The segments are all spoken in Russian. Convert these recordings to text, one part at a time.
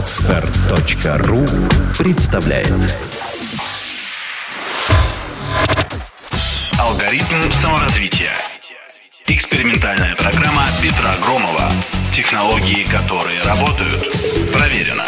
Podster.ru представляет Алгоритм саморазвития. Экспериментальная программа Петра Громова. Технологии, которые работают. Проверено.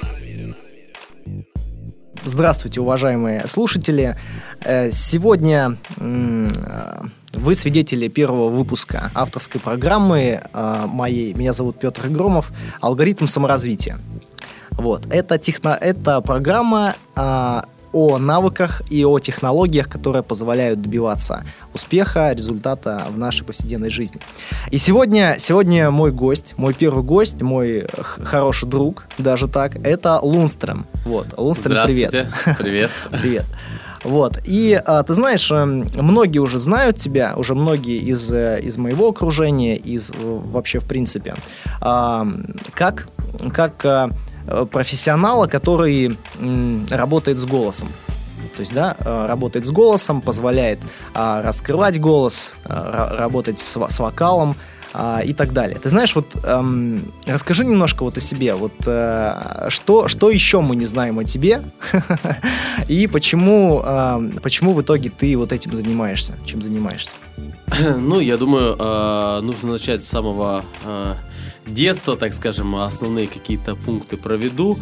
Здравствуйте, уважаемые слушатели. Сегодня вы свидетели первого выпуска авторской программы моей. Меня зовут Петр Громов. Алгоритм саморазвития. Вот. Это программа о навыках и о технологиях, которые позволяют добиваться успеха, результата в нашей повседневной жизни. И сегодня мой первый гость, мой хороший друг, даже так, это Лунстрем. Вот, Лунстрем, привет. Привет. Привет. Вот. И ты знаешь, многие уже знают тебя, уже многие из моего окружения, вообще в принципе, как профессионала, который работает с голосом. То есть, работает с голосом, позволяет раскрывать голос, работать с вокалом и так далее. Ты знаешь, расскажи немножко о себе. Что еще мы не знаем о тебе? И почему в итоге ты этим занимаешься? Чем занимаешься? Ну, я думаю, нужно начать с самого детства, так скажем, основные какие-то пункты проведу.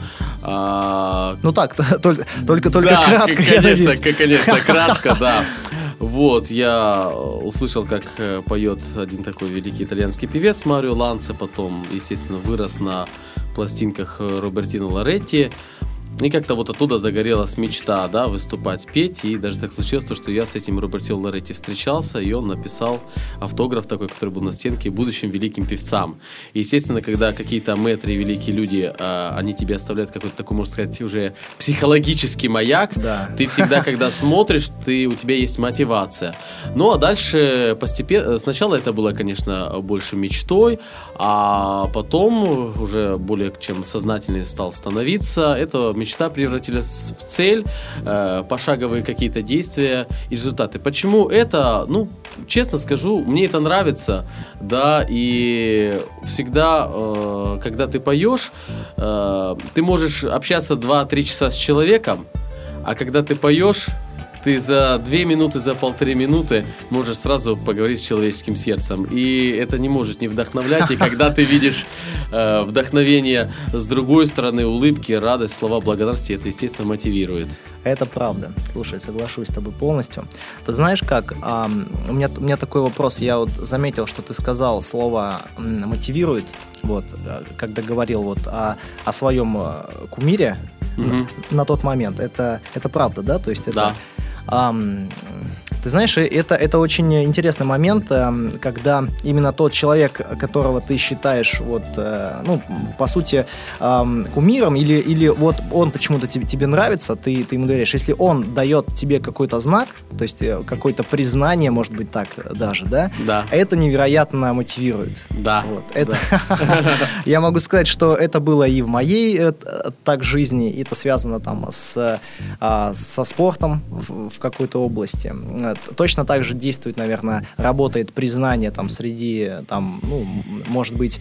Только кратко. Конечно, кратко, да. Вот, я услышал, как поет один такой великий итальянский певец Марио Ланце, потом, естественно, вырос на пластинках Робертино Лоретти. И как-то оттуда загорелась мечта, выступать, петь. И даже так случилось, что я с этим Робертино Лоретти встречался, и он написал автограф такой, который был на стенке, будущим великим певцам. И, естественно, когда какие-то мэтры и великие люди, они тебе оставляют какой-то такой, можно сказать, уже психологический маяк, ты всегда, когда смотришь, у тебя есть мотивация. Ну, а дальше постепенно, сначала это было, конечно, больше мечтой, а потом уже более чем сознательнее стал становиться. Это мечта превратилась в цель, пошаговые какие-то действия и результаты. Почему это? Ну, честно скажу, мне это нравится, и всегда, когда ты поешь, ты можешь общаться 2-3 часа с человеком, а когда ты поешь, ты за 2 минуты, за 1,5 минуты можешь сразу поговорить с человеческим сердцем. И это не может не вдохновлять. И когда ты видишь вдохновение с другой стороны, улыбки, радость, слова благодарности, это, естественно, мотивирует. Это правда. Слушай, соглашусь с тобой полностью. Ты знаешь как? У меня такой вопрос. Я заметил, что ты сказал слово «мотивирует», когда говорил о своем кумире на тот момент. Это правда, да? То есть это... Да. Ты знаешь, это очень интересный момент, когда именно тот человек, которого ты считаешь по сути кумиром, или он почему-то тебе нравится, ты ему говоришь, если он дает тебе какой-то знак, то есть какое-то признание, может быть так даже, это невероятно мотивирует. Да. Я могу сказать, что это было и в моей так жизни, и это связано со спортом в какой-то области. Точно так же действует, наверное, работает признание среди, может быть,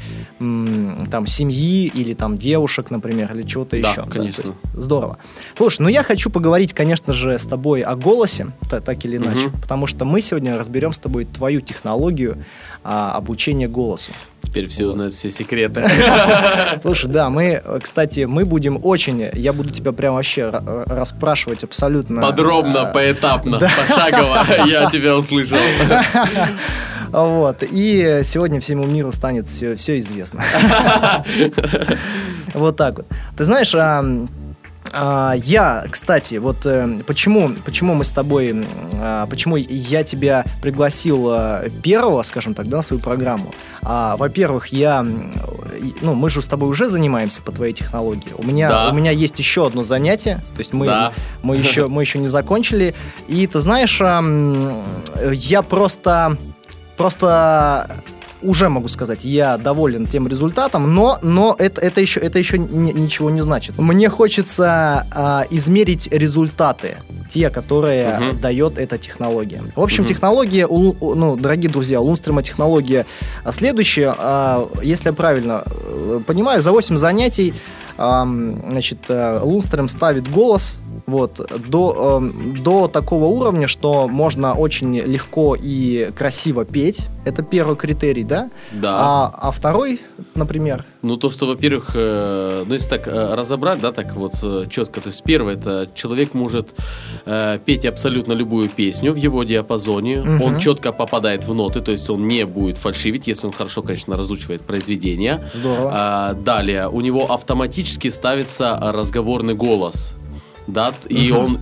семьи или девушек, например, или чего-то еще. Да, конечно. Здорово. Слушай, я хочу поговорить, конечно же, с тобой о голосе, так или иначе, потому что мы сегодня разберем с тобой твою технологию обучения голосу. Теперь все узнают все секреты. Слушай, мы будем я буду тебя прям вообще расспрашивать абсолютно... Подробно, поэтапно, пошагово, я тебя услышал. И сегодня всему миру станет все известно. Вот так вот. Ты знаешь, я, кстати, почему мы с тобой, почему я тебя пригласил первого, скажем так, на свою программу. Во-первых, мы же с тобой уже занимаемся по твоей технологии. У меня есть еще одно занятие, то есть мы еще не закончили. И ты знаешь, я просто уже могу сказать, я доволен тем результатом, но это еще ничего не значит. Мне хочется измерить результаты, те, которые дает эта технология. В общем, технология, дорогие друзья, у Лунстрема технология следующая. Если я правильно понимаю, за 8 занятий значит, Лунстрем ставит голос вот, до такого уровня, что можно очень легко и красиво петь. Это первый критерий, да? Да. А второй, например? Ну, то, что, во-первых, если так разобрать, да, так вот четко, то есть первое, это человек может петь абсолютно любую песню в его диапазоне, он четко попадает в ноты, то есть он не будет фальшивить, если он хорошо, конечно, разучивает произведение. Здорово. Далее, у него автоматически ставится разговорный голос, да, и он,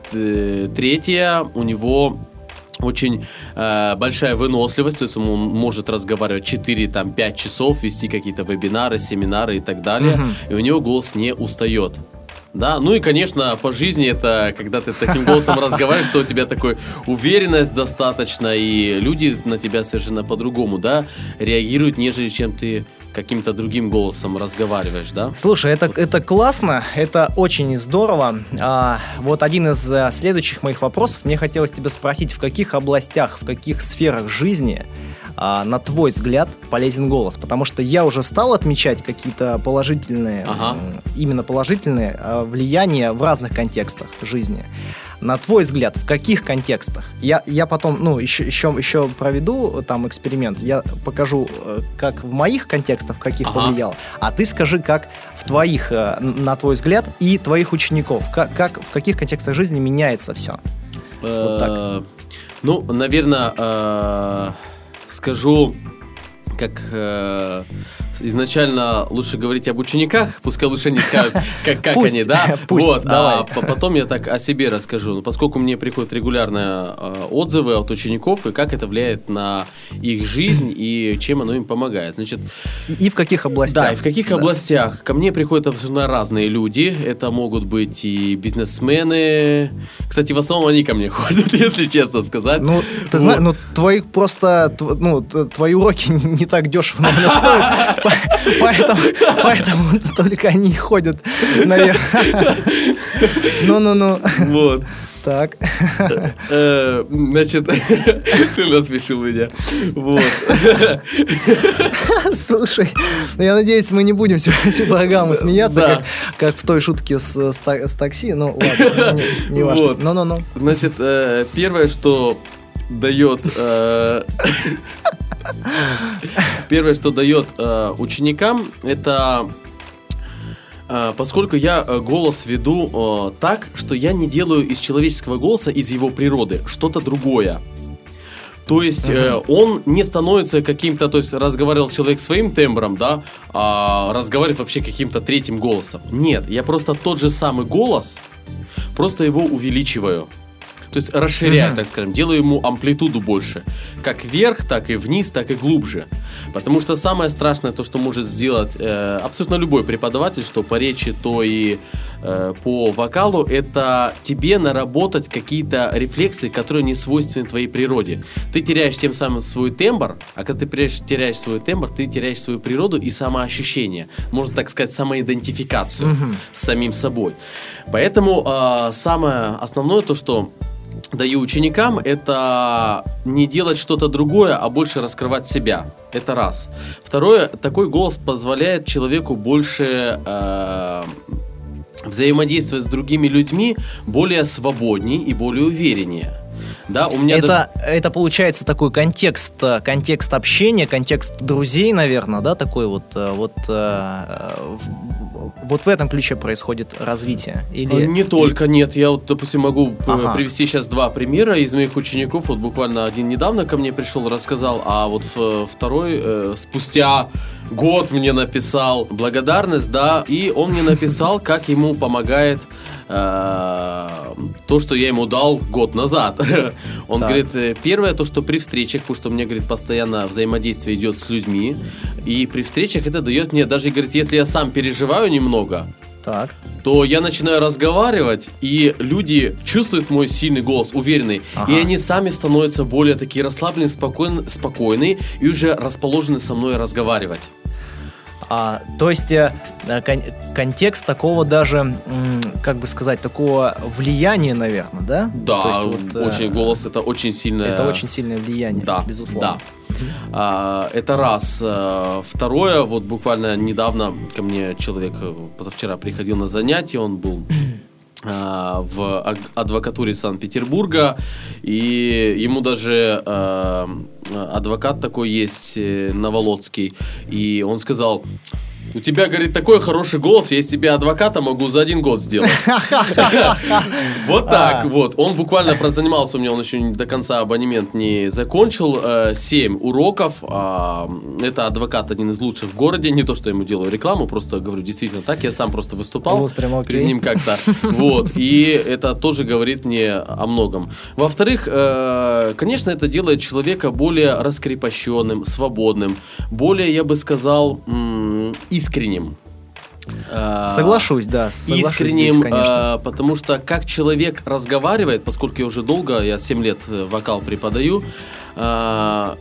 третье, у него очень большая выносливость, то есть он может разговаривать 4-5 часов, вести какие-то вебинары, семинары и так далее, и у него голос не устает. Да, ну и, конечно, по жизни это, когда ты таким голосом разговариваешь, что у тебя такой уверенность достаточно, и люди на тебя совершенно по-другому, да, реагируют, нежели чем ты каким-то другим голосом разговариваешь, да? Слушай, это классно, это очень здорово. Вот один из следующих моих вопросов. Мне хотелось тебя спросить, в каких областях, в каких сферах жизни, на твой взгляд, полезен голос? Потому что я уже стал отмечать какие-то положительные, именно положительные влияния в разных контекстах жизни. На твой взгляд, в каких контекстах? Я потом, еще проведу там эксперимент. Я покажу, как в моих контекстах, в каких повлияло. А ты скажи, как в твоих, на твой взгляд, и твоих учеников. Как в каких контекстах жизни меняется все? Вот так. Ну, наверное, скажу, как изначально лучше говорить об учениках, пускай лучше не скажут, как они, да? Пусть, вот, давай. Потом я так о себе расскажу. Ну, поскольку мне приходят регулярно отзывы от учеников, и как это влияет на их жизнь, и чем оно им помогает. Значит, и в каких областях? Да, и в каких областях. Ко мне приходят абсолютно разные люди. Это могут быть и бизнесмены. Кстати, в основном они ко мне ходят, если честно сказать. Ну, ты знаешь, ну, твои просто, твои уроки не так дешево, наверное, стоят. Поэтому только они и ходят, наверное. Ну. Вот. Так. Значит, ты насмешил меня. Вот. Слушай, я надеюсь, мы не будем всю программу смеяться, как в той шутке с такси. Ну, ладно, не важно. Ну. Значит, первое, что дает... Первое, что дает ученикам, это поскольку я голос веду так, что я не делаю из человеческого голоса, из его природы, что-то другое. То есть он не становится каким-то, то есть разговаривал человек своим тембром, да, а разговаривает вообще каким-то третьим голосом. Нет, я просто тот же самый голос, просто его увеличиваю. То есть расширяю, так скажем, делаю ему амплитуду больше. Как вверх, так и вниз, так и глубже. Потому что самое страшное, то, что может сделать абсолютно любой преподаватель, что по речи, то и по вокалу, это тебе наработать какие-то рефлексы, которые не свойственны твоей природе. Ты теряешь тем самым свой тембр, а когда ты теряешь свой тембр, ты теряешь свою природу и самоощущение. Можно так сказать, самоидентификацию с самим собой. Поэтому самое основное, то, что даю ученикам, это не делать что-то другое, а больше раскрывать себя. Это раз. Второе, такой голос позволяет человеку больше взаимодействовать с другими людьми более свободнее и более увереннее. Да, у меня это получается такой контекст общения, контекст друзей, наверное, да, такой вот в этом ключе происходит развитие? Или... Не только, нет. Я вот, допустим, могу привести сейчас два примера из моих учеников. Вот буквально один недавно ко мне пришел, рассказал, а вот второй спустя год мне написал благодарность, да, и он мне написал, как ему помогает то, что я ему дал год назад. Он говорит, первое, то, что при встречах, потому что у меня, говорит, постоянно взаимодействие идет с людьми, и при встречах это дает мне, даже, говорит, если я сам переживаю немного, то я начинаю разговаривать, и люди чувствуют мой сильный голос, уверенный, и они сами становятся более такие расслабленные, спокойные, и уже расположены со мной разговаривать. То есть контекст такого даже, как бы сказать, такого влияния, наверное, да? Да, то есть, очень голос это очень сильное... Это очень сильное влияние, безусловно. Да. Это раз. Второе, вот буквально недавно ко мне человек позавчера приходил на занятие, он был в адвокатуре Санкт-Петербурга, и ему даже адвокат такой есть, Новолоцкий, и он сказал: у тебя, говорит, такой хороший голос, я из тебя адвоката могу за 1 год сделать. Вот так вот. Он буквально прозанимался у меня, он еще до конца абонемент не закончил. 7 уроков. Это адвокат один из лучших в городе. Не то, что я ему делаю рекламу, просто говорю действительно так. Я сам просто выступал перед ним как-то. Вот. И это тоже говорит мне о многом. Во-вторых, конечно, это делает человека более раскрепощенным, свободным, более, я бы сказал, искренним. Соглашусь, да. Искренним, здесь, конечно. потому что как человек разговаривает, поскольку я уже долго, я 7 лет вокал преподаю, как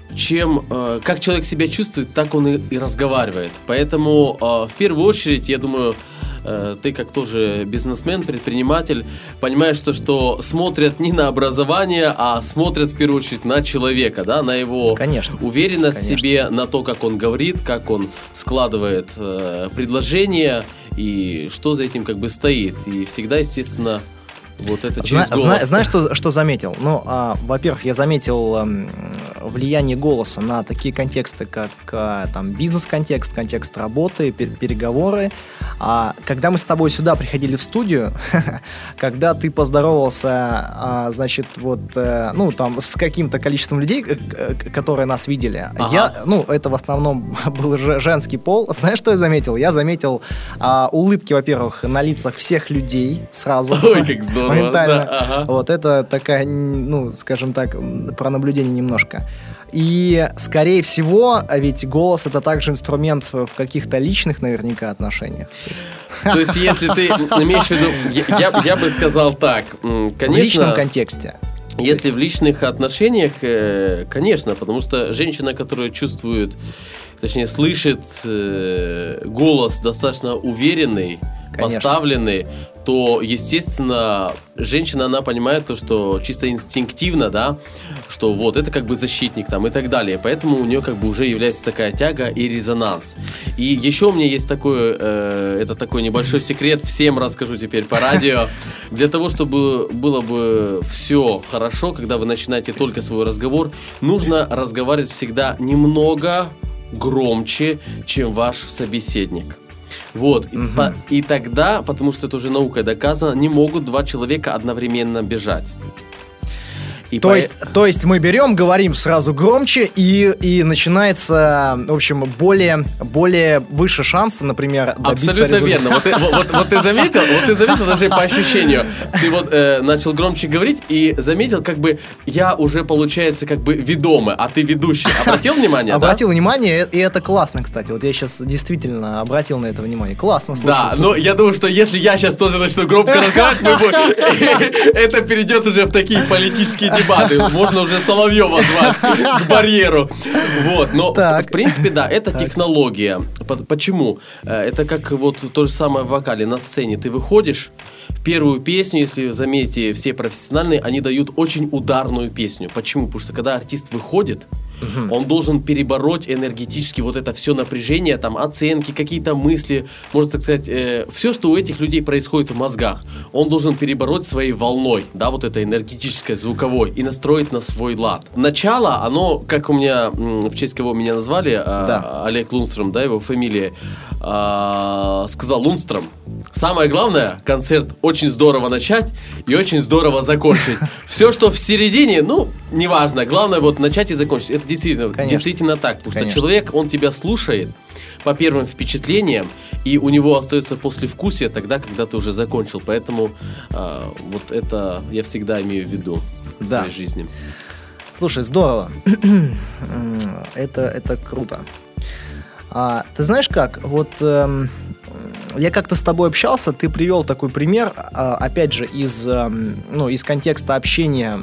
человек себя чувствует, так он и разговаривает. Поэтому в первую очередь, я думаю, ты как тоже бизнесмен, предприниматель, понимаешь, что смотрят не на образование, а смотрят в первую очередь на человека, да, на его уверенность в себе, на то, как он говорит, как он складывает предложения и что за этим как бы стоит. И всегда, естественно, вот это через голос. Знаешь, что заметил? Ну, во-первых, я заметил влияние голоса на такие контексты, как там бизнес-контекст, контекст работы, переговоры. Когда мы с тобой сюда приходили в студию, когда ты поздоровался, значит, вот, ну, там, с каким-то количеством людей, которые нас видели, это в основном был женский пол. Знаешь, что я заметил? Я заметил улыбки, во-первых, на лицах всех людей сразу. Ой, как здорово. Моментально. Да, Вот это такая, ну, скажем так, про наблюдение немножко. И, скорее всего, ведь голос — это также инструмент в каких-то личных, наверняка, отношениях. То есть, если ты имеешь в виду, я бы сказал так, конечно... В личном контексте. Если в личных отношениях, конечно, потому что женщина, которая чувствует, точнее, слышит голос достаточно уверенный, поставленный, то, естественно, женщина, она понимает то, что чисто инстинктивно, да, что вот это как бы защитник там и так далее. Поэтому у нее как бы уже является такая тяга и резонанс. И еще у меня есть такой, это такой небольшой секрет, всем расскажу теперь по радио. Для того, чтобы было бы все хорошо, когда вы начинаете только свой разговор, нужно разговаривать всегда немного громче, чем ваш собеседник. Вот, и тогда, потому что это уже наукой доказано, не могут 2 человека одновременно бежать. То есть мы берем, говорим сразу громче, и начинается, в общем, более выше шансы, например, добиться абсолютно результата. Верно. Вот ты заметил даже по ощущению. Ты вот начал громче говорить и заметил, как бы я уже, получается, как бы ведомый, а ты ведущий. Обратил внимание? Обратил внимание, и это классно, кстати. Вот я сейчас действительно обратил на это внимание. Классно, слушай. Да, но я думаю, что если я сейчас тоже начну громко разговаривать, это перейдет уже в такие политические дебаты. Можно уже Соловьева звать к барьеру. Вот. Но, в принципе, да, это технология. Почему? Это как вот то же самое в вокале. На сцене ты выходишь, первую песню, если заметите, все профессиональные, они дают очень ударную песню. Почему? Потому что когда артист выходит, он должен перебороть энергетически вот это все напряжение, там, оценки, какие-то мысли, можно так сказать, все, что у этих людей происходит в мозгах, он должен перебороть своей волной, да, вот это энергетическое, звуковой, и настроить на свой лад. Начало, оно, как у меня, в честь кого меня назвали, Олег Лунстром, да, его фамилия, сказал Лунстром. Самое главное, концерт очень здорово начать и очень здорово закончить. Все, что в середине, ну, неважно. Главное вот начать и закончить. Это действительно так. Потому что человек, он тебя слушает по первым впечатлениям, и у него остается послевкусие тогда, когда ты уже закончил. Поэтому вот это я всегда имею в виду в своей жизни. Слушай, здорово. Это круто. Ты знаешь как? Вот я как-то с тобой общался, ты привел такой пример, опять же, из контекста общения,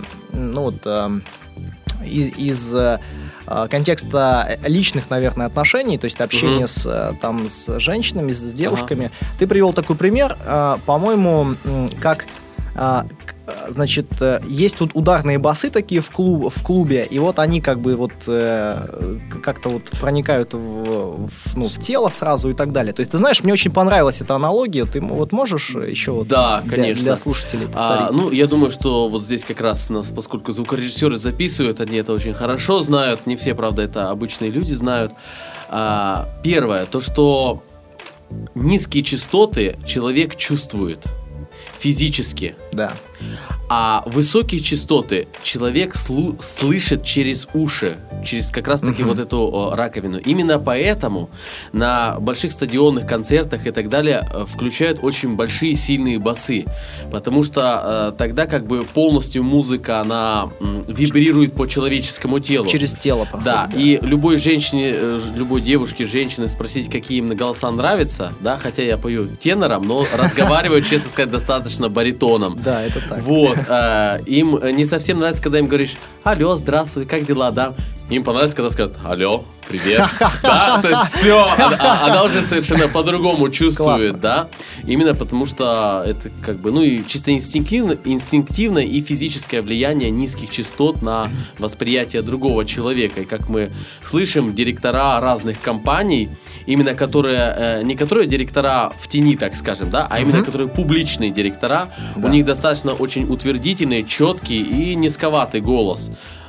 из контекста личных, наверное, отношений, то есть общения с женщинами, с девушками. Ты привел такой пример, по-моему, как значит, есть тут ударные басы такие в клубе, и вот они как бы вот как-то вот проникают в тело сразу и так далее. То есть, ты знаешь, мне очень понравилась эта аналогия. Ты вот можешь еще вот конечно. Для слушателей повторить? Я думаю, что вот здесь как раз нас, поскольку звукорежиссеры записывают, они это очень хорошо знают, не все, правда, это обычные люди знают. Первое, то, что низкие частоты человек чувствует физически. Да. А высокие частоты человек слышит через уши, через как раз-таки вот эту раковину. Именно поэтому на больших стадионных концертах и так далее включают очень большие сильные басы. Потому что тогда как бы полностью музыка, она вибрирует по человеческому телу. Через тело проходит. Да, и любой женщине, любой девушке, женщине спросить, какие именно голоса нравятся, да, хотя я пою тенором, но разговариваю, честно сказать, достаточно баритоном. Да, это так. Вот. Им не совсем нравится, когда им говоришь: алло, здравствуй, как дела, да? Им понравится, когда скажут: алло, привет. Да, то есть все, она уже совершенно по-другому чувствует, да? Именно потому что это как бы, и чисто инстинктивное и физическое влияние низких частот на восприятие другого человека. И как мы слышим, директора разных компаний, именно которые, не которые директора в тени, так скажем, да, а именно которые публичные директора, у них достаточно очень утвердительный, четкий и низковатый голос.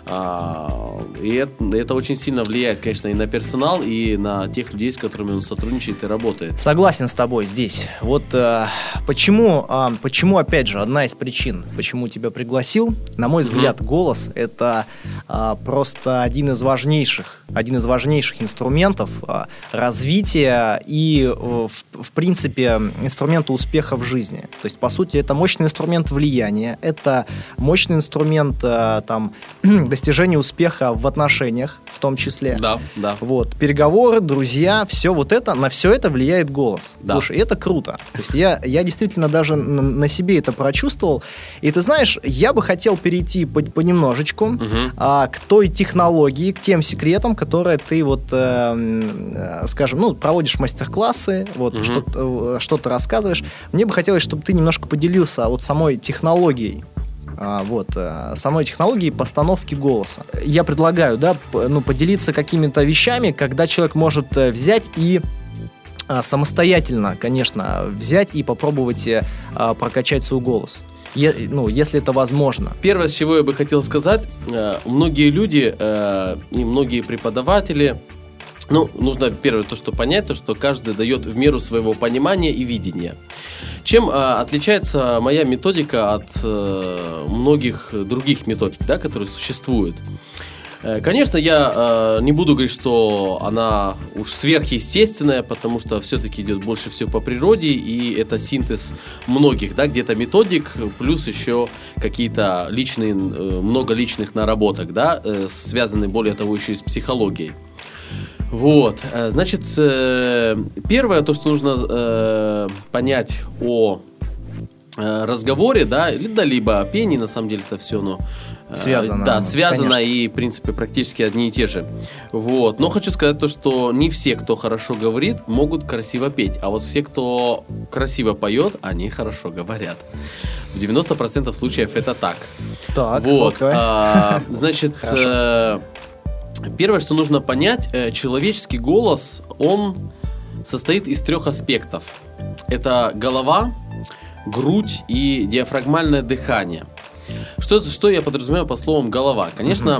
И это очень сильно влияет, конечно, и на персонал, и на тех людей, с которыми он сотрудничает и работает. Согласен с тобой здесь. Вот почему, опять же, одна из причин, почему тебя пригласил, на мой взгляд, голос — это просто один из важнейших инструментов развития и, в принципе, инструмента успеха в жизни. То есть, по сути, это мощный инструмент влияния, это мощный инструмент достижения успеха в отношениях, в том числе. Да. Вот. Переговоры, друзья, на все это влияет голос. Да. Слушай, это круто. То есть я действительно даже на себе это прочувствовал. И ты знаешь, я бы хотел перейти понемножечку к той технологии, к тем секретам, которые ты вот, скажем, проводишь мастер-классы, вот, что-то рассказываешь. Мне бы хотелось, чтобы ты немножко поделился вот самой технологией. Самой технологии постановки голоса. Я предлагаю, поделиться какими-то вещами, когда человек может взять и самостоятельно, конечно, взять и попробовать прокачать свой голос. Если это возможно. Первое, с чего я бы хотел сказать, многие люди и многие преподаватели, нужно первое то, что понять, то, что каждый дает в меру своего понимания и видения. Чем отличается моя методика от многих других методик, да, которые существуют? Конечно, я не буду говорить, что она уж сверхъестественная, потому что все-таки идет больше всего по природе, и это синтез многих, да, где-то методик, плюс еще какие-то личные, много личных наработок, да, связанные, более того, еще и с психологией. Вот, значит, первое, то, что нужно понять о разговоре, да, либо о пении, на самом деле это все, связано. Да, связано, конечно. И, в принципе, практически одни и те же. Вот, но хочу сказать то, что не все, кто хорошо говорит, могут красиво петь, а вот все, кто красиво поет, они хорошо говорят. В 90% случаев это так. Так, вот, окей. Значит... Первое, что нужно понять, человеческий голос, он состоит из 3 аспектов. Это голова, грудь и диафрагмальное дыхание. Что я подразумеваю по словам голова? Конечно,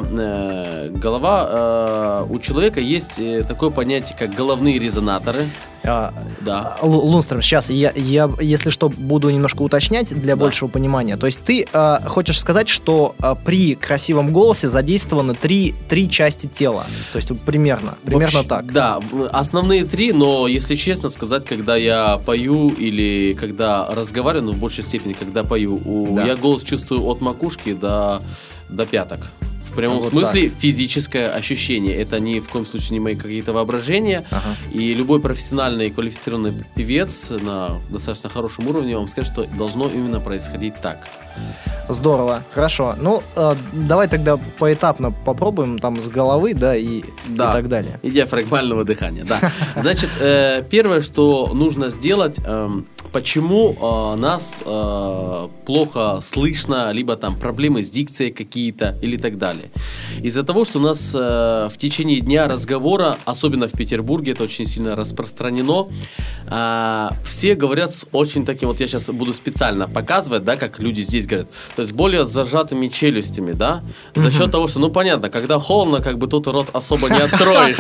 голова, у человека есть такое понятие, как головные резонаторы. Да. Лунстром, сейчас я, если что, буду немножко уточнять для большего понимания. То есть ты хочешь сказать, что при красивом голосе задействованы 3 части тела. То есть примерно так. Да, основные 3, но если честно сказать, когда я пою или когда разговариваю, в большей степени, когда пою, я голос чувствую от макушки до пяток. В прямом смысле так. Физическое ощущение. Это ни в коем случае не мои какие-то воображения. И любой профессиональный квалифицированный певец на достаточно хорошем уровне вам скажет, что должно именно происходить так. Здорово, хорошо. Давай тогда поэтапно попробуем там с головы, да, и так далее. И диафрагмального дыхания, да. Значит, первое, что нужно сделать, почему нас плохо слышно, либо там проблемы с дикцией какие-то или так далее. Из-за того, что у нас в течение дня разговора, особенно в Петербурге, это очень сильно распространено, все говорят с очень таким, вот я сейчас буду специально показывать, да, как люди здесь говорят, то есть более зажатыми челюстями, да, за счет того, что, ну, понятно, когда холодно, как бы тут рот особо не откроешь,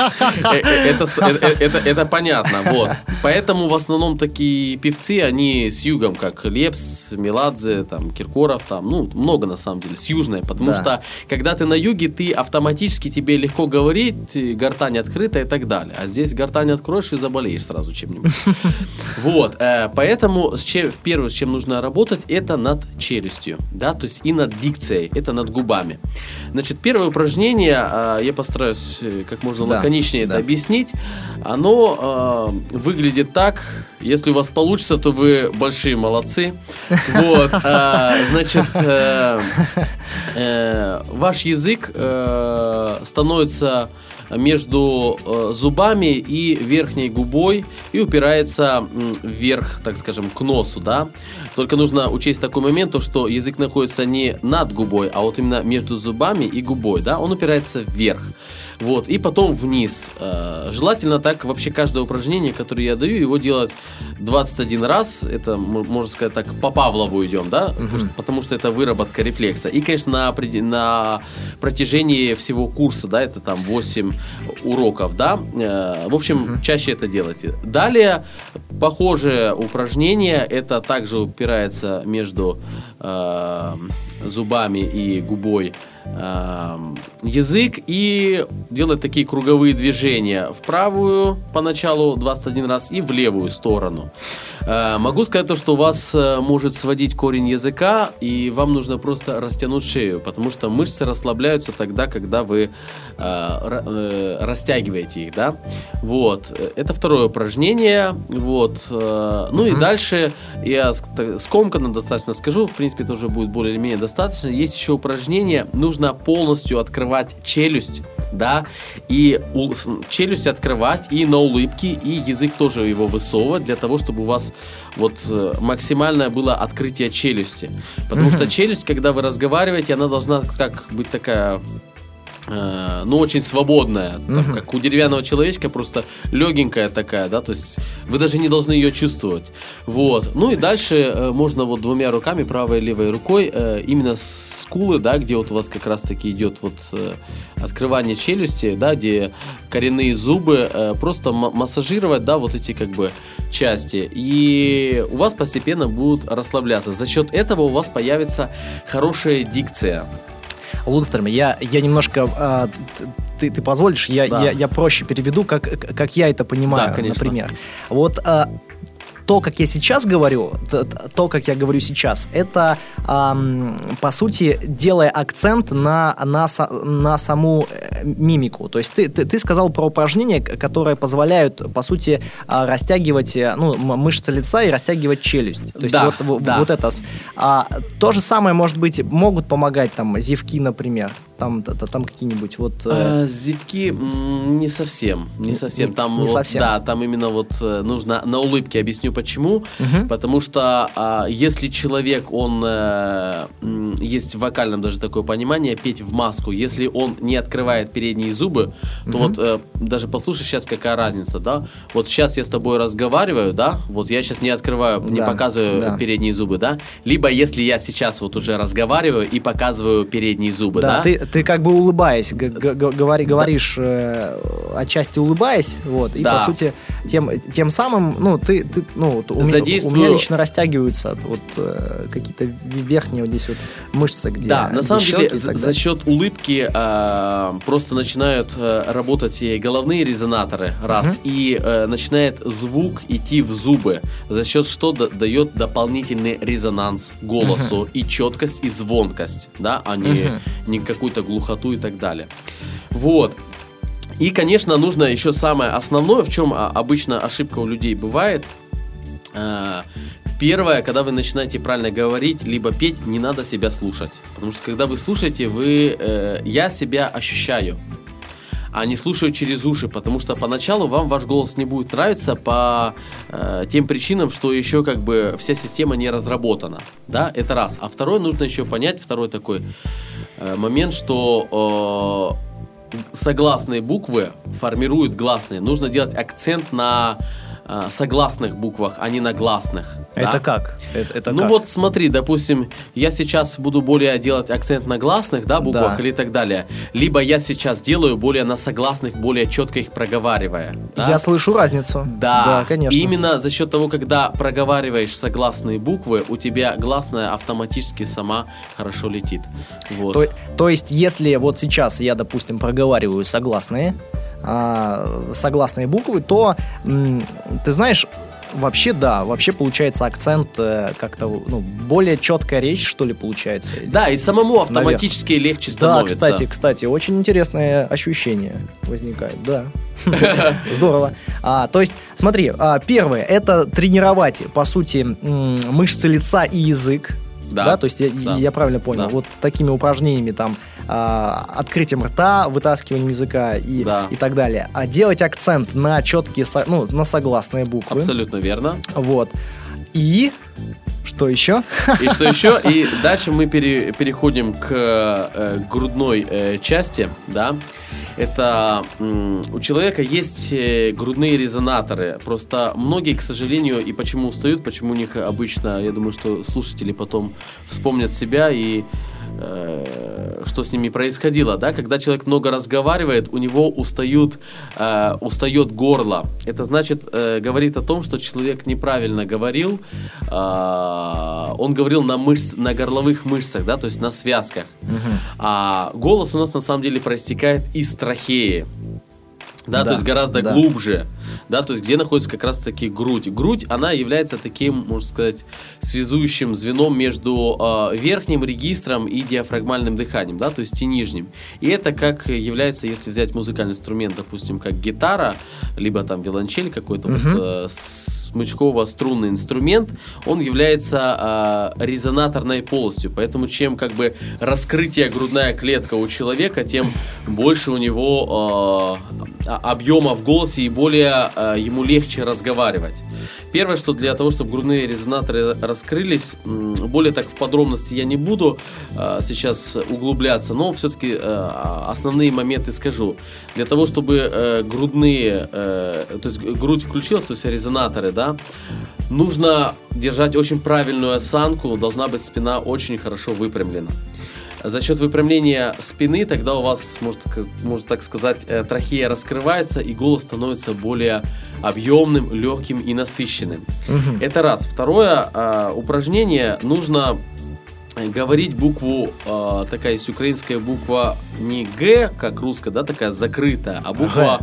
это понятно, вот. Поэтому в основном такие певцы, они с югом, как Лепс, Меладзе, там, Киркоров, там, ну, много на самом деле, с южной, потому что, когда ты на юге, ты автоматически, тебе легко говорить, гортань открыта и так далее, а здесь гортань откроешь и заболеешь сразу чем-нибудь. Вот, поэтому первое, с чем нужно работать, это над челюстью, да, то есть и над дикцией, это над губами. Значит, первое упражнение, я постараюсь как можно лаконичнее это объяснить, оно выглядит так, если у вас получится, то вы большие молодцы. Вот, значит, ваш язык становится между зубами и верхней губой и упирается вверх, так скажем, к носу, да. Только нужно учесть такой момент, то, что язык находится не над губой, а вот именно между зубами и губой, да, он упирается вверх. Вот, и потом вниз. Желательно так вообще каждое упражнение, которое я даю, его делать 21 раз. Это, можно сказать так, по Павлову идем, да? Потому что это выработка рефлекса. И, конечно, на протяжении всего курса, да, это там 8 уроков, да? В общем, чаще это делайте. Далее, похожее упражнение, это также упирается между зубами и губой язык и делать такие круговые движения в правую поначалу 21 раз и в левую сторону. Могу сказать то, что у вас может сводить корень языка, и вам нужно просто растянуть шею, потому что мышцы расслабляются тогда, когда вы растягиваете их, да? Вот. Это второе упражнение. Вот. Ну и дальше я скомканно достаточно скажу, в принципе, это уже будет более или менее достаточно. Есть еще упражнение, нужно полностью открывать челюсть, да, и челюсть открывать и на улыбке, и язык тоже его высовывать, для того, чтобы у вас вот максимальное было открытие челюсти. Потому что челюсть, когда вы разговариваете, она должна как быть такая... ну, очень свободная, там, как у деревянного человечка, просто легенькая такая, да, то есть вы даже не должны ее чувствовать. Вот. Ну и дальше можно вот двумя руками, правой и левой рукой, именно скулы, да, где вот у вас как раз-таки идет вот открывание челюсти, да, где коренные зубы, просто массажировать, да, вот эти как бы части, и у вас постепенно будут расслабляться. За счет этого у вас появится хорошая дикция. Лундстрем, я немножко, ты позволишь, я проще переведу, как я это понимаю, да, например. Вот то, как я сейчас говорю, то, как я говорю сейчас, это, по сути, делая акцент на саму мимику. То есть ты сказал про упражнения, которые позволяют, по сути, растягивать мышцы лица и растягивать челюсть. То есть вот это. То же самое, может быть, могут помогать там зевки, например. Там какие-нибудь вот... Зевки не совсем. Там, не вот, совсем. Да, там именно вот нужно на улыбке. Объясню почему. Потому что если человек, он... есть в вокальном даже такое понимание, петь в маску. Если он не открывает передние зубы, то вот даже послушай сейчас, какая разница, да? Вот сейчас я с тобой разговариваю, да? Вот я сейчас не открываю, не показываю передние зубы, да? Либо если я сейчас вот уже разговариваю и показываю передние зубы, да? Ты как бы улыбаясь, говоришь, отчасти улыбаясь, вот, и по сути тем самым, у меня лично растягиваются вот какие-то верхние вот здесь вот мышцы, где... Да, на самом деле за счет улыбки просто начинают работать и головные резонаторы, раз, и начинает звук идти в зубы, за счет что дает дополнительный резонанс голосу и четкость, и звонкость, да, а не какую-то глухоту и так далее. Вот. И, конечно, нужно еще самое основное, в чем обычно ошибка у людей бывает. Первое, когда вы начинаете правильно говорить, либо петь, не надо себя слушать. Потому что, когда вы слушаете, я себя ощущаю. они слушают через уши, потому что поначалу вам ваш голос не будет нравиться по тем причинам, что еще как бы вся система не разработана, да, это раз. А второй, нужно еще понять, второй такой момент, что согласные буквы формируют гласные. Нужно делать акцент на согласных буквах, а не на гласных. Это да? как? Это ну как? вот смотри, допустим, я сейчас буду более делать акцент на гласных, да, буквах, Да. или так далее. Либо я сейчас делаю более на согласных, более четко их проговаривая. Да? Я слышу разницу. Да, конечно. Именно за счет того, когда проговариваешь согласные буквы, у тебя гласная автоматически сама хорошо летит. Вот. То есть, если вот сейчас я, допустим, проговариваю согласные буквы, то, ты знаешь, вообще получается акцент как-то, более четкая речь, что ли, получается. Да, и самому автоматически легче Да, становится. кстати, очень интересное ощущение возникает, да. Здорово. То есть, смотри, первое, это тренировать, по сути, мышцы лица и язык. Да, то есть я правильно понял. Да. Вот такими упражнениями там открытием рта, вытаскиванием языка и так далее. А делать акцент на четкие, на согласные буквы. Абсолютно верно. Вот. И что еще? И что еще? И дальше мы переходим к грудной части, да. Это у человека есть грудные резонаторы. Просто многие, к сожалению, и почему устают, почему у них обычно, я думаю, что слушатели потом вспомнят себя и что с ними происходило, да, когда человек много разговаривает, у него устает горло. Это значит, говорит о том, что человек неправильно говорил, он говорил на горловых мышцах, да, то есть на связках. А голос у нас на самом деле проистекает из трахеи. Да, то есть гораздо глубже, да, то есть где находится как раз-таки грудь. Грудь, она является таким, можно сказать, связующим звеном между верхним регистром и диафрагмальным дыханием, да, то есть и нижним. И это как является, если взять музыкальный инструмент, допустим, как гитара, либо там виолончель какой-то, вот, смычково-струнный инструмент, он является резонаторной полостью. Поэтому чем как бы раскрытие грудная клетка у человека, тем больше у него объема в голосе и более ему легче разговаривать. Первое, что для того, чтобы грудные резонаторы раскрылись, более так в подробности я не буду сейчас углубляться, но все-таки основные моменты скажу. Для того, чтобы то есть грудь включилась, то есть резонаторы, да, нужно держать очень правильную осанку, должна быть спина очень хорошо выпрямлена. За счет выпрямления спины тогда у вас, можно так сказать, трахея раскрывается и голос становится более объемным, легким и насыщенным. Это раз. Второе упражнение, нужно говорить букву, такая есть украинская буква не Г, как русская, да, такая закрытая, а буква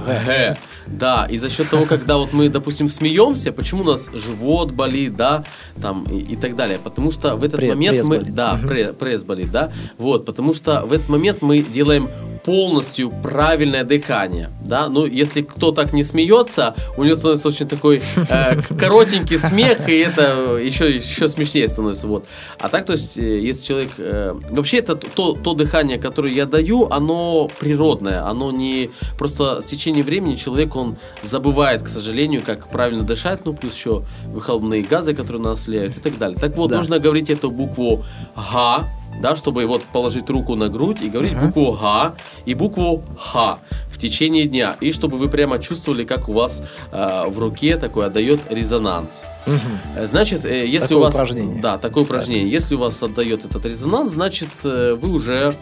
Г. Да, и за счет того, когда вот мы, допустим, смеемся, почему у нас живот болит, да, там и так далее, потому что в этот момент мы, пресс болит, да, вот, потому что в этот момент мы делаем полностью правильное дыхание, да, ну, если кто так не смеется, у него становится очень такой коротенький смех, и это еще смешнее становится, вот. А так, то есть, если человек, вообще это то дыхание, которое я даю, оно природное, оно не, просто с течением времени человек, он забывает, к сожалению, как правильно дышать, ну, плюс еще выхлопные газы, которые на нас влияют и так далее. Так вот, нужно говорить эту букву Г, да, чтобы вот положить руку на грудь и говорить букву Г и букву Х в течение дня. И чтобы вы прямо чувствовали, как у вас в руке такой отдает резонанс. Значит, если такое у вас... упражнение. Да, такое упражнение. Если у вас отдает этот резонанс, значит, вы уже...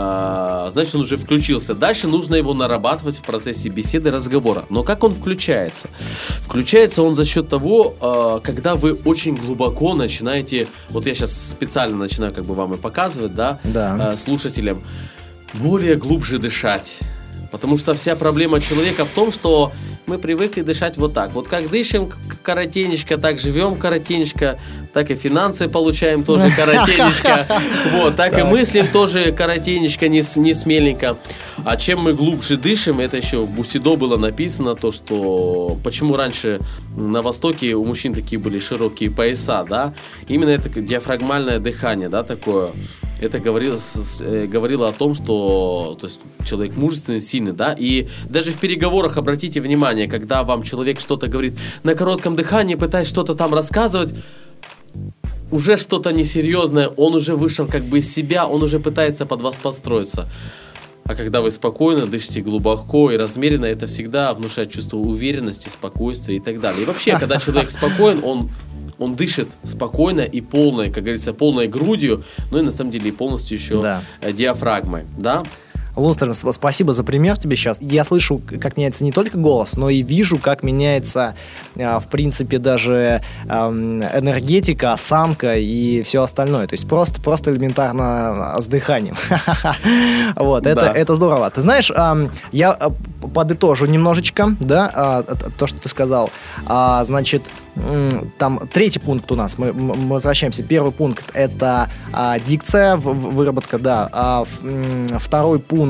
значит, он уже включился. Дальше нужно его нарабатывать в процессе беседы, разговора. Но как он включается? Включается он за счет того, когда вы очень глубоко начинаете, вот я сейчас специально начинаю как бы вам и показывать, да. Слушателям, более глубже дышать. Потому что вся проблема человека в том, что мы привыкли дышать вот так. Вот как дышим коротенечко, так живем коротенечко, так и финансы получаем тоже коротенечко. Вот, так и мыслим тоже коротенечко, не смеленько. А чем мы глубже дышим, это еще в Бусидо было написано, то, что почему раньше на Востоке у мужчин такие были широкие пояса, да? Именно это диафрагмальное дыхание, да, такое. это говорило о том, что то есть, человек мужественный, сильный, да, и даже в переговорах обратите внимание, когда вам человек что-то говорит на коротком дыхании, пытаясь что-то там рассказывать, уже что-то несерьезное, он уже вышел как бы из себя, он уже пытается под вас подстроиться. А когда вы спокойно дышите глубоко и размеренно, это всегда внушает чувство уверенности, спокойствия и так далее. И вообще, когда человек спокоен, он дышит спокойно и полной, как говорится, полной грудью, но и на самом деле и полностью еще диафрагмой, да? Лунстрем, спасибо за пример тебе сейчас. Я слышу, как меняется не только голос, но и вижу, как меняется, в принципе, даже энергетика, осанка и все остальное. То есть просто элементарно с дыханием. Вот, это здорово. Ты знаешь, я подытожу немножечко, да, то, что ты сказал. Значит, там третий пункт у нас, мы возвращаемся. Первый пункт — это дикция, выработка, да. А второй пункт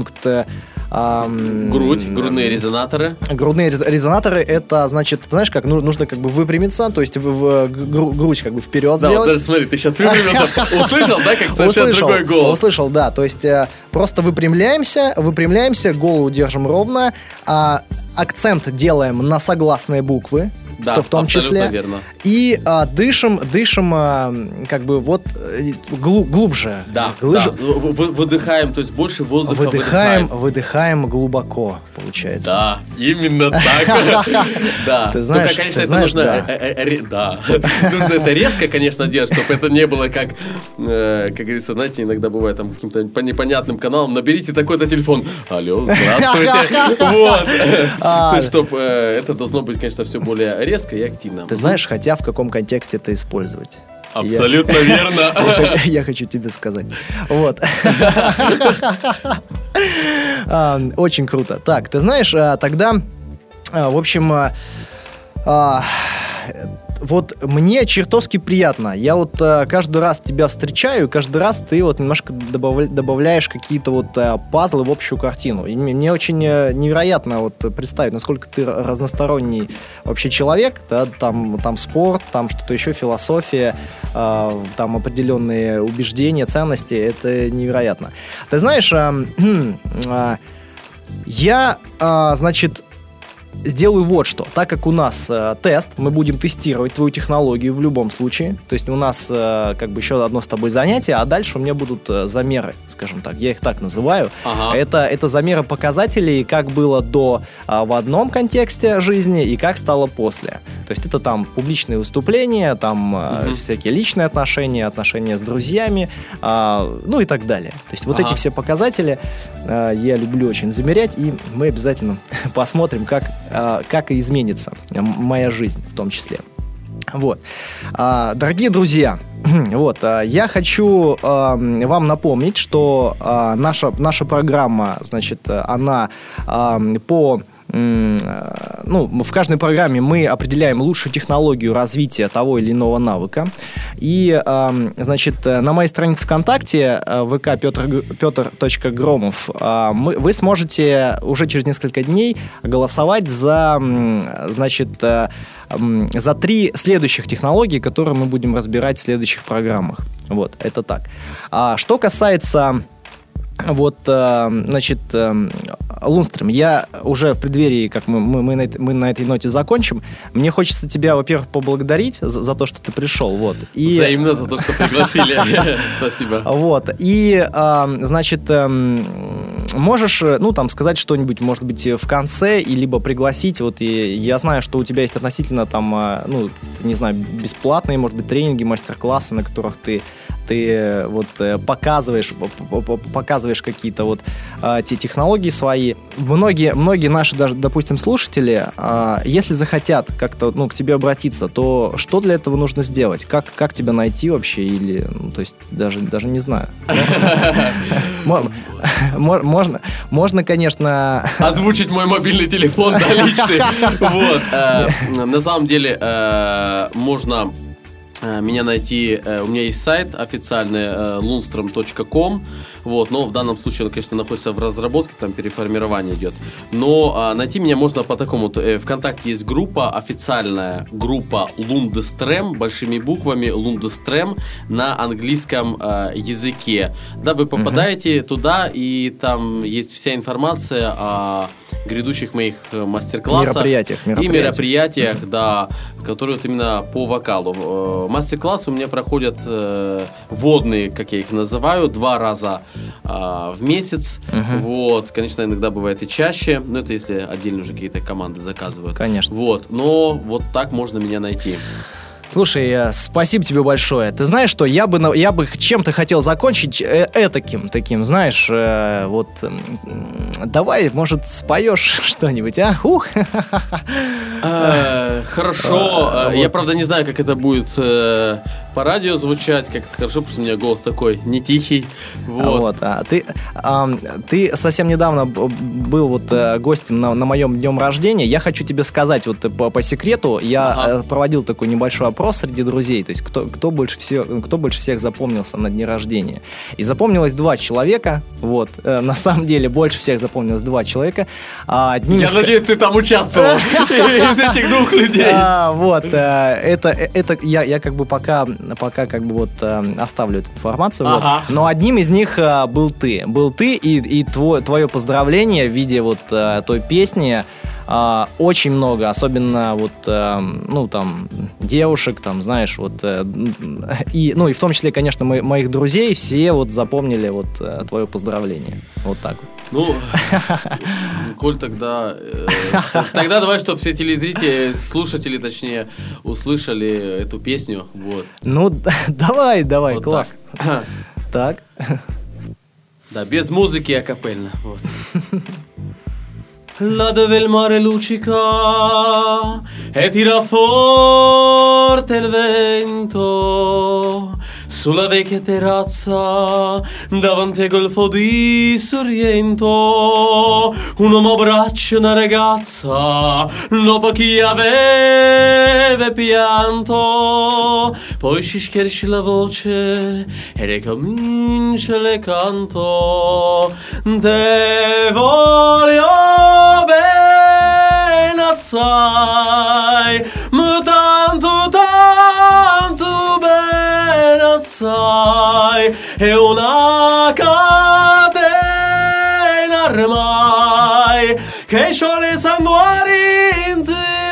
грудные резонаторы. Грудные резонаторы — это, значит, знаешь, как нужно как бы выпрямиться, то есть грудь как бы вперед сделать. Да, вот даже смотри, ты сейчас выпрямился, услышал, да, как совершенно другой голос? Услышал, да, то есть просто выпрямляемся, голову держим ровно, акцент делаем на согласные буквы. Да, в том числе. Верно. И дышим как бы вот глубже. Да, выдыхаем, то есть больше воздуха выдыхаем глубоко, получается. Да, именно так. Да. Ты знаешь, только, конечно, это нужно... Да. Нужно это резко, конечно, делать, чтобы это не было как говорится, знаете, иногда бывает там каким-то по непонятным каналам, наберите такой-то телефон. Алло, здравствуйте. Вот. То есть, чтобы это должно быть, конечно, все более резко и активно. Ты знаешь, хотя в каком контексте это использовать? Абсолютно верно. Я хочу тебе сказать. Вот. Очень круто. Так, ты знаешь, тогда, в общем, вот мне чертовски приятно. Я вот каждый раз тебя встречаю, каждый раз ты вот немножко добавляешь какие-то вот пазлы в общую картину. И мне очень невероятно вот представить, насколько ты разносторонний вообще человек, да, там спорт, там что-то еще, философия, там определенные убеждения, ценности. Это невероятно. Ты знаешь, я, значит, сделаю вот что. Так как у нас тест, мы будем тестировать твою технологию в любом случае. То есть у нас как бы еще одно с тобой занятие, а дальше у меня будут замеры, скажем так. Я их так называю. Ага. Это замеры показателей, как было в одном контексте жизни и как стало после. То есть это там публичные выступления, там всякие личные отношения с друзьями, ну и так далее. То есть вот эти все показатели я люблю очень замерять, и мы обязательно посмотрим, как изменится моя жизнь в том числе. Вот. Дорогие друзья, вот, я хочу вам напомнить, что наша программа, значит, она в каждой программе мы определяем лучшую технологию развития того или иного навыка. И, значит, на моей странице ВКонтакте vk.petr.gromov вы сможете уже через несколько дней голосовать за 3 следующих технологий, которые мы будем разбирать в следующих программах. Вот, это так. Что касается... Вот, значит, Лунстрем, я уже в преддверии, как мы на этой ноте закончим, мне хочется тебя, во-первых, поблагодарить за то, что ты пришел. Вот. Взаимно за то, что пригласили. Спасибо. Вот. И, значит, можешь, сказать что-нибудь, может быть, в конце, и либо пригласить. Вот, и я знаю, что у тебя есть относительно не знаю, бесплатные, может быть, тренинги, мастер-классы, на которых ты вот показываешь какие-то вот те технологии свои. Многие наши, даже, допустим, слушатели, если захотят как-то к тебе обратиться, то что для этого нужно сделать? Как тебя найти вообще? Или, то есть, даже не знаю. Можно, конечно... Озвучить мой мобильный телефон, да, личный. Вот. На самом деле, можно меня найти, у меня есть сайт официальный lundström.com, вот, но в данном случае он, конечно, находится в разработке, там переформирование идет, но найти меня можно по такому, ВКонтакте есть группа, официальная группа Lundström, большими буквами Lundström на английском языке, да, вы попадаете туда, и там есть вся информация о грядущих моих мастер-классах и мероприятиях, да, которые вот именно по вокалу. Мастер-классы у меня проходят вводные, как я их называю, 2 раза в месяц. Вот, конечно, иногда бывает и чаще, но это если отдельно уже какие-то команды заказывают. Конечно. Вот, но вот так можно меня найти. Слушай, спасибо тебе большое. Ты знаешь, что я бы чем-то хотел закончить таким, знаешь, вот давай, может, споешь что-нибудь, а? Хорошо. Я, правда, не знаю, как это будет по радио звучать, как-то хорошо, потому что у меня голос такой не тихий. Вот. Ты совсем недавно был вот гостем на моем днем рождения. Я хочу тебе сказать вот по секрету, я проводил такой небольшой опрос среди друзей, то есть кто больше всех запомнился на дне рождения. И запомнилось 2 человека, вот, на самом деле больше всех запомнилось 2 человека. Я надеюсь, ты там участвовал из этих 2 людей. Вот, это я как бы пока как бы вот оставлю эту информацию, вот. Но одним из них был ты и твое поздравление в виде вот той песни. Очень много, особенно вот, ну, там, девушек, там, знаешь, вот, и в том числе, конечно, моих друзей, все вот запомнили вот твое поздравление. Вот так вот. Ну, Коль, тогда давай, чтобы все телезрители, слушатели, точнее, услышали эту песню, вот. Ну, давай, вот класс. Так. Да, без muziki a cappella, вот. Là dove il mare luccica e tira forte il vento, sulla vecchia terrazza davanti al golfo di Sorrento, un uomo abbraccia una ragazza dopo chi aveva pianto, poi si schiarisce la voce e ricomincia il canto. Te voglio bene assai, ma tanto bene assai, è una catena ormai che scioglie sanguari ti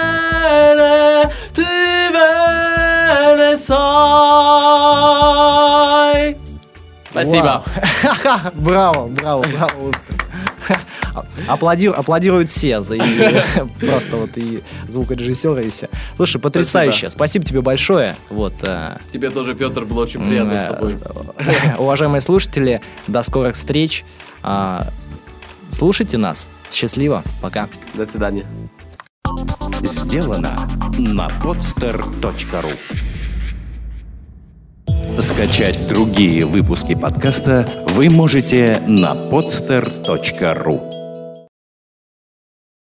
bene sai. Спасибо. Браво. Аплодируют все, просто вот и звукорежиссеры, и все. Слушай, потрясающе. Спасибо тебе большое. Вот. Тебе тоже, Петр, было очень приятно с тобой. Уважаемые слушатели, до скорых встреч. Слушайте нас. Счастливо. Пока. До свидания. Сделано на podster.ru. Скачать другие выпуски подкаста вы можете на podster.ru.